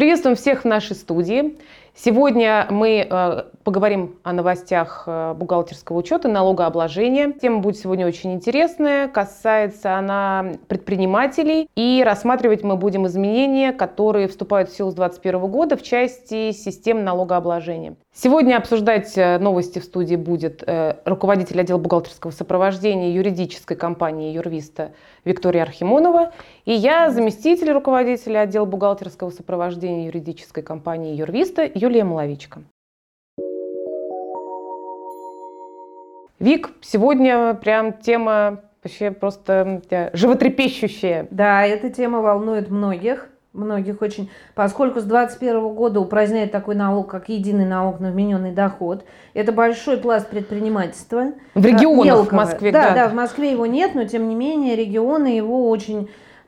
Приветствуем всех в нашей студии. Сегодня мы поговорим о новостях бухгалтерского учета, налогообложения. Тема будет сегодня очень интересная, касается она предпринимателей. И рассматривать мы будем изменения, которые вступают в силу с 2021 года в части систем налогообложения. Сегодня обсуждать новости в студии будет руководитель отдела бухгалтерского сопровождения юридической компании «Юрвиста» Виктория Архимонова и я, заместитель руководителя отдела бухгалтерского сопровождения юридической компании «Юрвиста» Юлия Маловичка. Вик, сегодня прям тема вообще просто животрепещущая. Да, эта тема волнует многих очень, поскольку с 2021 года упраздняет такой налог, как единый налог на вмененный доход. Это большой пласт предпринимательства. В регионах в Москве. Да, в Москве его нет, но тем не менее регионы его очень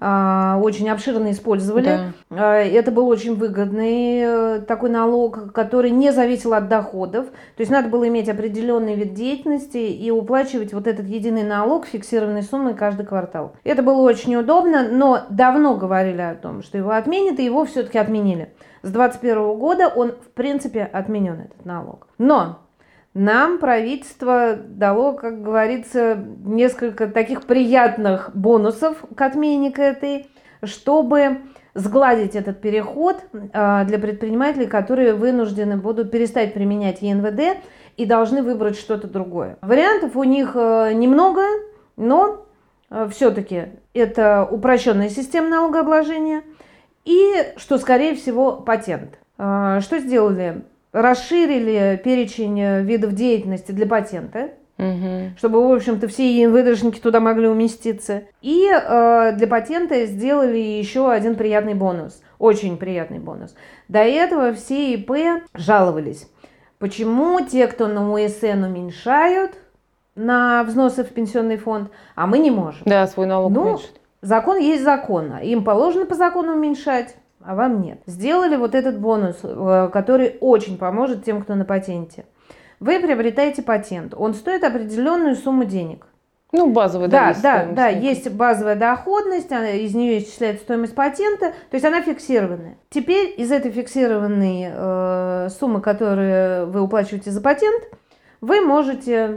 обширно использовали. Да. Это был очень выгодный такой налог, который не зависел от доходов. То есть надо было иметь определенный вид деятельности и уплачивать вот этот единый налог фиксированной суммой каждый квартал. Это было очень удобно, но давно говорили о том, что его отменят, и его все-таки отменили. С 2021 года он, в принципе, отменен, этот налог. Но нам правительство дало, как говорится, несколько таких приятных бонусов к отмене к этой, чтобы сгладить этот переход для предпринимателей, которые вынуждены будут перестать применять ЕНВД и должны выбрать что-то другое. Вариантов у них немного, но все-таки это упрощенная система налогообложения и, что скорее всего, патент. Что сделали? Расширили перечень видов деятельности для патента, чтобы, в общем-то, все ЕНВДшники туда могли уместиться. И для патента сделали еще один приятный бонус, очень приятный бонус. До этого все ИП жаловались. Почему те, кто на УСН уменьшают на взносы в пенсионный фонд, а мы не можем? Да, свой налог уменьшить. Закон есть закон. Им положено по закону уменьшать, а вам нет. Сделали вот этот бонус, который очень поможет тем, кто на патенте. Вы приобретаете патент, он стоит определенную сумму денег. Ну, базовая, да, есть базовая доходность, из нее исчисляется стоимость патента, то есть она фиксированная. Теперь из этой фиксированной суммы, которую вы уплачиваете за патент, вы можете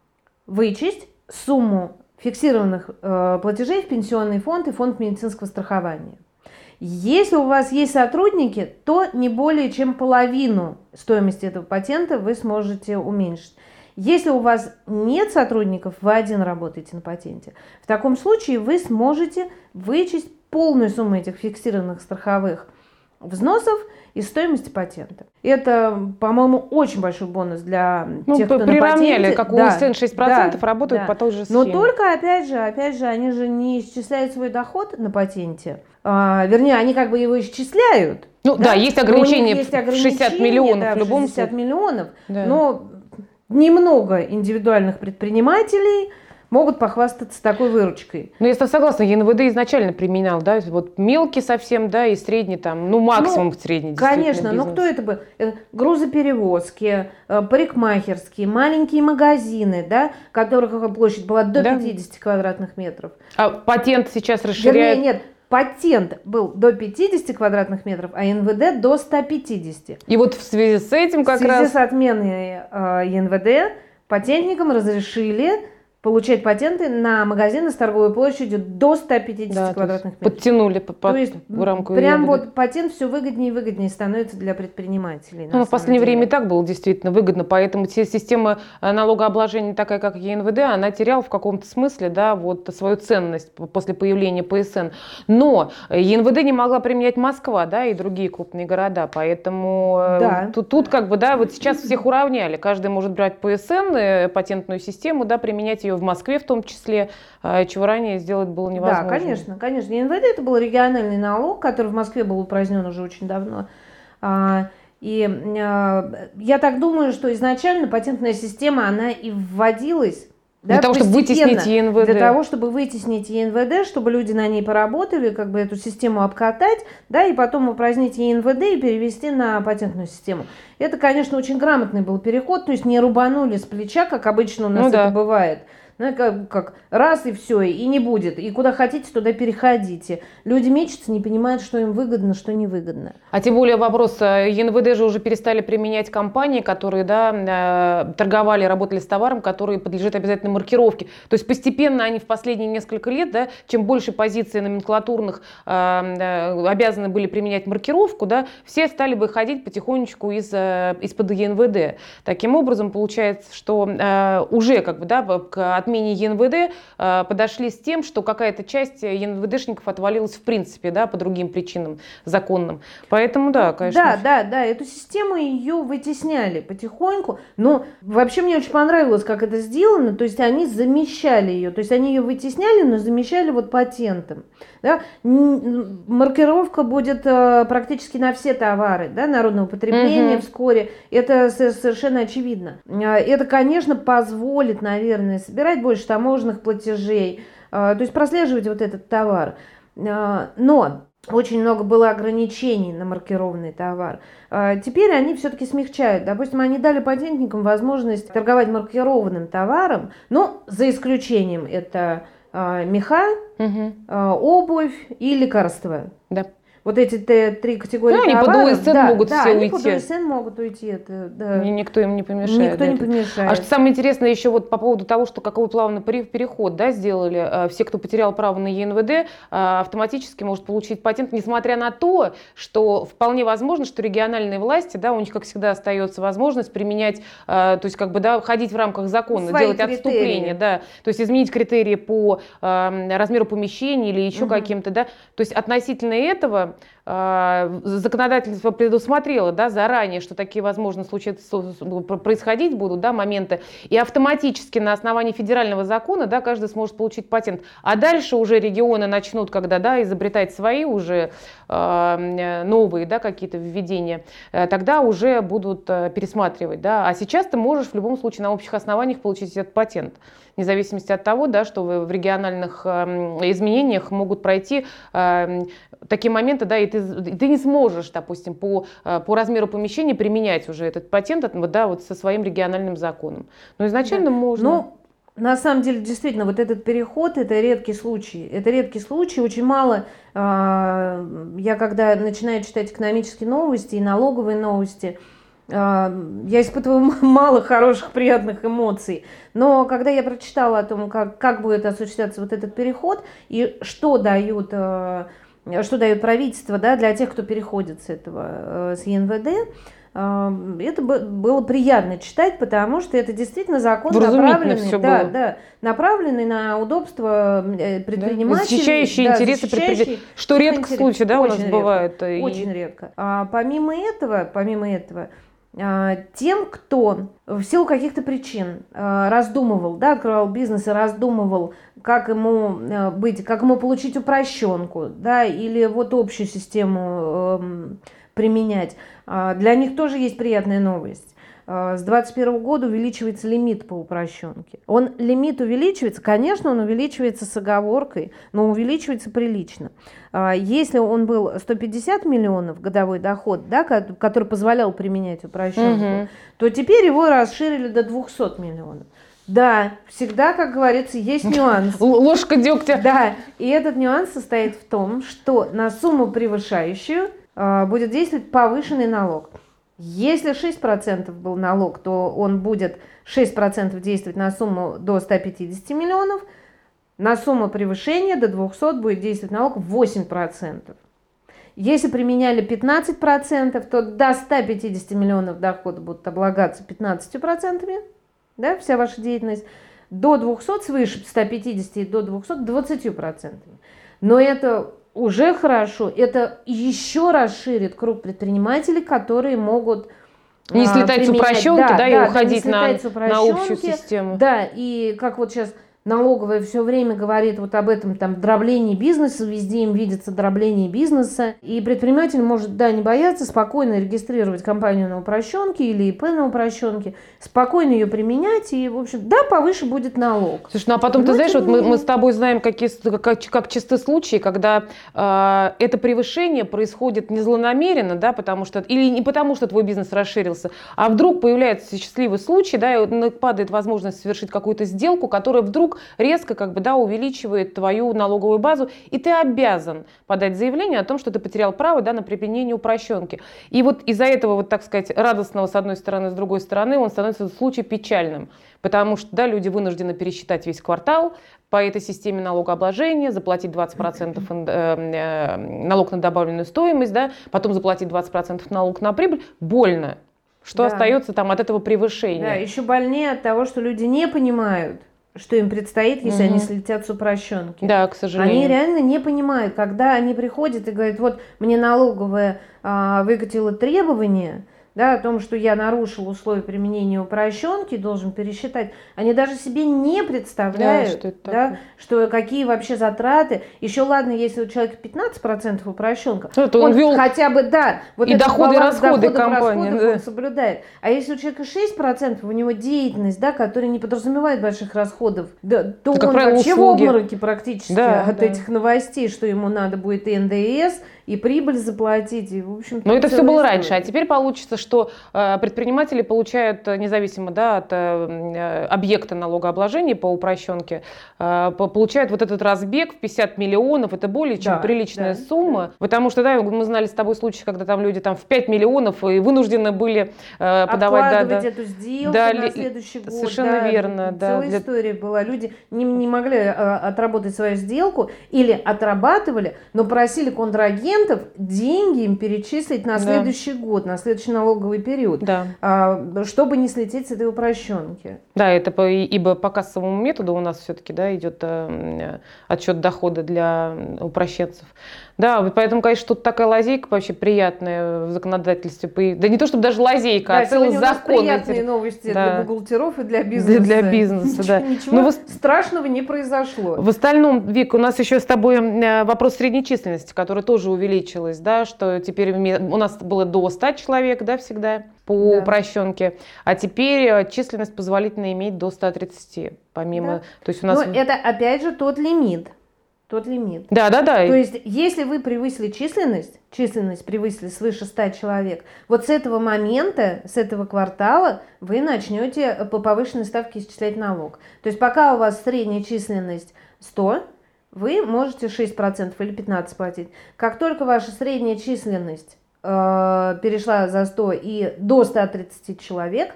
вычесть сумму фиксированных платежей в пенсионный фонд и фонд медицинского страхования. Если у вас есть сотрудники, то не более чем половину стоимости этого патента вы сможете уменьшить. Если у вас нет сотрудников, вы один работаете на патенте, в таком случае вы сможете вычесть полную сумму этих фиксированных страховых взносов из стоимости патента. Это, по-моему, очень большой бонус для тех, кто на патенте. Приравняли, как у УСН 6%, работают по той же схеме. Но только, опять же, они же не исчисляют свой доход на патенте. Вернее, они как бы его исчисляют. Ну да, есть ограничения в 60 миллионов в любом случае. 60 миллионов, но немного индивидуальных предпринимателей могут похвастаться такой выручкой. Ну, я согласна, ЕНВД изначально применял, да, вот мелкий совсем, да, и средний там, максимум средний. Конечно, но кто это был? Грузоперевозки, парикмахерские, маленькие магазины, да, которых площадь была до 50 квадратных метров. А патент сейчас расширяет? Вернее, нет. Патент был до 50 квадратных метров, а ЕНВД до 150. И вот в связи с этим в связи с отменой ЕНВД патентникам разрешили получать патенты на магазины с торговой площадью до 150 квадратных метров. Подтянули То есть рамку. Прям вот патент все выгоднее и выгоднее становится для предпринимателей. В последнее время и так было действительно выгодно, поэтому система налогообложения, такая как ЕНВД, она теряла в каком-то смысле, да, вот свою ценность после появления ПСН. Но ЕНВД не могла применять Москва, да, и другие крупные города, поэтому тут как бы, да, вот сейчас всех уравняли. Каждый может брать ПСН, патентную систему, да, применять ее в Москве в том числе, чего ранее сделать было невозможно. Да, конечно. ЕНВД это был региональный налог, который в Москве был упразднен уже очень давно. И я так думаю, что изначально патентная система, она и вводилась для того, чтобы вытеснить ЕНВД. Для того, чтобы вытеснить ЕНВД, чтобы люди на ней поработали, как бы эту систему обкатать, да, и потом упразднить ЕНВД и перевести на патентную систему. Это, конечно, очень грамотный был переход, то есть не рубанули с плеча, как обычно у нас это бывает. Ну, как раз и все, и не будет. И куда хотите, туда переходите. Люди мечутся, не понимают, что им выгодно, что невыгодно. А тем более вопрос, ЕНВД же уже перестали применять компании, которые торговали, работали с товаром, который подлежит обязательной маркировке. То есть постепенно они в последние несколько лет, чем больше позиций номенклатурных обязаны были применять маркировку, все стали выходить потихонечку из-под ЕНВД. Таким образом, получается, что уже к отмене ЕНВД подошли с тем, что какая-то часть ЕНВДшников отвалилась в принципе, по другим причинам законным. Поэтому, конечно. Да, эту систему ее вытесняли потихоньку. Но вообще мне очень понравилось, как это сделано. То есть они замещали ее. То есть они ее вытесняли, но замещали патентом. Да? Маркировка будет практически на все товары народного потребления вскоре. Это совершенно очевидно. Это, конечно, позволит, наверное, собирать больше таможенных платежей, то есть прослеживать этот товар. Но очень много было ограничений на маркированный товар. Теперь они все-таки смягчают. Допустим, они дали патентникам возможность торговать маркированным товаром, но за исключением это меха, обувь и лекарства. Да. Вот эти три категории товаров. Они под ОСН могут все уйти. Они под ОСН могут уйти. Никто им не помешает. Никто не помешает. А что самое интересное еще по поводу того, что какой плавный переход сделали. Все, кто потерял право на ЕНВД, автоматически может получить патент, несмотря на то, что вполне возможно, что региональные власти, у них, как всегда, остается возможность применять, то есть ходить в рамках закона, свои делать критерии. отступления, то есть изменить критерии по размеру помещений или еще каким-то, То есть относительно этого законодательство предусмотрело заранее, что такие возможности происходить будут, моменты, и автоматически на основании федерального закона каждый сможет получить патент. А дальше уже регионы начнут, когда изобретать свои уже новые какие-то введения, тогда уже будут пересматривать. А сейчас ты можешь в любом случае на общих основаниях получить этот патент, вне зависимости от того, что в региональных изменениях могут пройти такие моменты, и ты не сможешь, допустим, по размеру помещения применять уже этот патент со своим региональным законом. Но изначально можно. На самом деле, действительно, этот переход – это редкий случай. Это редкий случай. Очень мало, я когда начинаю читать экономические новости и налоговые новости, я испытываю мало хороших, приятных эмоций. Но когда я прочитала о том, как будет осуществляться этот переход и что дают правительство для тех, кто переходит с ЕНВД, это было приятно читать, потому что это действительно закон направленный на удобство предпринимателей. Защищающий интересы предпринимателей, что редко случай, у нас бывает. Очень редко. Помимо этого, тем, кто в силу каких-то причин раздумывал, открывал бизнес и раздумывал, как ему быть, как ему получить упрощенку, или общую систему применять, для них тоже есть приятная новость. С 2021 года увеличивается лимит по упрощенке. Лимит увеличивается, конечно, он увеличивается с оговоркой, но увеличивается прилично. Если он был 150 миллионов годовой доход, который позволял применять упрощенку, то теперь его расширили до 200 миллионов. Да, всегда, как говорится, есть нюанс. Ложка дегтя. Да, и этот нюанс состоит в том, что на сумму превышающую будет действовать повышенный налог. Если 6% был налог, то он будет 6% действовать на сумму до 150 миллионов, на сумму превышения до 200 будет действовать налог 8%. Если применяли 15%, то до 150 миллионов дохода будут облагаться 15%, вся ваша деятельность, до 200, свыше 150 и до 200, 20%. Но это уже хорошо, это еще расширит круг предпринимателей, которые могут не слетать с упрощенки, и уходить на общую систему. Да, и как сейчас налоговая все время говорит вот об этом там дроблении бизнеса, везде им видится дробление бизнеса. И предприниматель может, да, не бояться, спокойно регистрировать компанию на упрощенке или ИП на упрощенке, спокойно ее применять, и, в общем, да, повыше будет налог. Слушай, ну а потом, ты знаешь, вот мы с тобой знаем, как чисты случаи, когда это превышение происходит не злонамеренно, да, потому что, или не потому, что твой бизнес расширился, а вдруг появляется счастливый случай, да, и падает возможность совершить какую-то сделку, которая вдруг резко как бы, да, увеличивает твою налоговую базу, и ты обязан подать заявление о том, что ты потерял право, да, на применение упрощенки. И вот из-за этого, вот, так сказать, радостного с одной стороны, с другой стороны, он становится этот случай печальным, потому что, да, люди вынуждены пересчитать весь квартал по этой системе налогообложения, заплатить 20% налог на добавленную стоимость, да, потом заплатить 20% налог на прибыль. Больно. Что Да. остается там от этого превышения? Да, еще больнее от того, что люди не понимают, что им предстоит, если они слетят с упрощенки. Да, к сожалению. Они реально не понимают, когда они приходят и говорят, вот мне налоговая выкатила требования, да, о том, что я нарушил условия применения упрощенки, должен пересчитать. Они даже себе не представляют, да, что какие вообще затраты. Еще ладно, если у человека 15% упрощенка, он вел хотя бы, да, вот и доходы, расходы компании, да, он соблюдает. А если у человека 6%, у него деятельность, да, которая не подразумевает больших расходов, да, то это, он правило, вообще услуги. в обмороке практически от этих новостей, что ему надо будет и НДС, и прибыль заплатить, и, в общем. Но это все было раньше, а теперь получится, что предприниматели получают, независимо, да, от объекта налогообложения по упрощенке, получают вот этот разбег в 50 миллионов, это более чем приличная сумма, потому что, да, мы знали с тобой случаи, когда там люди там в 5 миллионов и вынуждены были подавать... Откладывать эту сделку на следующий год. Совершенно верно. Целая история была. Люди не могли отработать свою сделку или отрабатывали, но просили контрагентов деньги им перечислить на следующий год, на следующий налоговый период, чтобы не слететь с этой упрощенки. Да, это ибо по кассовому методу у нас все-таки, да, идет отчет дохода для упрощенцев. Да, поэтому, конечно, тут такая лазейка вообще приятная в законодательстве. Да не то, чтобы даже лазейка, а целый закон. Приятные новости для бухгалтеров и для бизнеса. Для бизнеса, да. Ничего страшного не произошло. В остальном, Вик, у нас еще с тобой вопрос средней численности, которая тоже увеличилась, да, что теперь у нас было до 100 человек, да, всегда по упрощенке, а теперь численность позволительно иметь до 130, помимо... То есть у нас... Но это, опять же, тот лимит. Да. То есть, если вы превысили численность превысили свыше 100 человек, вот с этого момента, с этого квартала вы начнете по повышенной ставке исчислять налог. То есть, пока у вас средняя численность 100, вы можете 6% или 15% платить. Как только ваша средняя численность перешла за 100 и до 130 человек,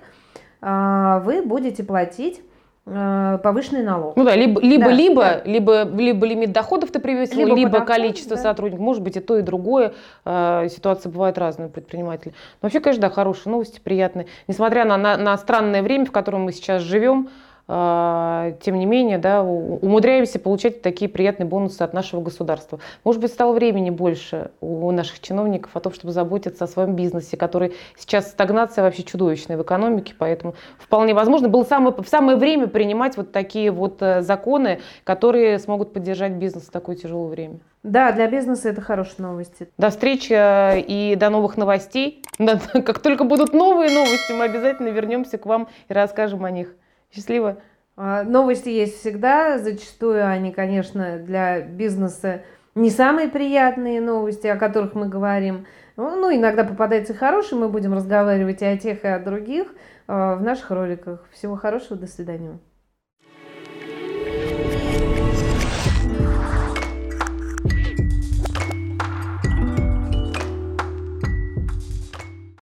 вы будете платить повышенный налог. Ну да, либо лимит доходов ты превысил, либо количество сотрудников. Может быть и то, и другое. Ситуация бывает разная у предпринимателей. Но вообще, конечно, да, хорошие новости, приятные. Несмотря на странное время, в котором мы сейчас живем, тем не менее, да, умудряемся получать такие приятные бонусы от нашего государства. Может быть, стало времени больше у наших чиновников о том, чтобы заботиться о своем бизнесе, который сейчас стагнация вообще чудовищная в экономике, поэтому вполне возможно было самое время принимать вот такие вот законы, которые смогут поддержать бизнес в такое тяжелое время. Да, для бизнеса это хорошие новости. До встречи и до новых новостей. Как только будут новые новости, мы обязательно вернемся к вам и расскажем о них. Счастливо. Новости есть всегда. Зачастую они, конечно, для бизнеса не самые приятные новости, о которых мы говорим. Ну, иногда попадаются и хорошие. Мы будем разговаривать и о тех, и о других в наших роликах. Всего хорошего. До свидания.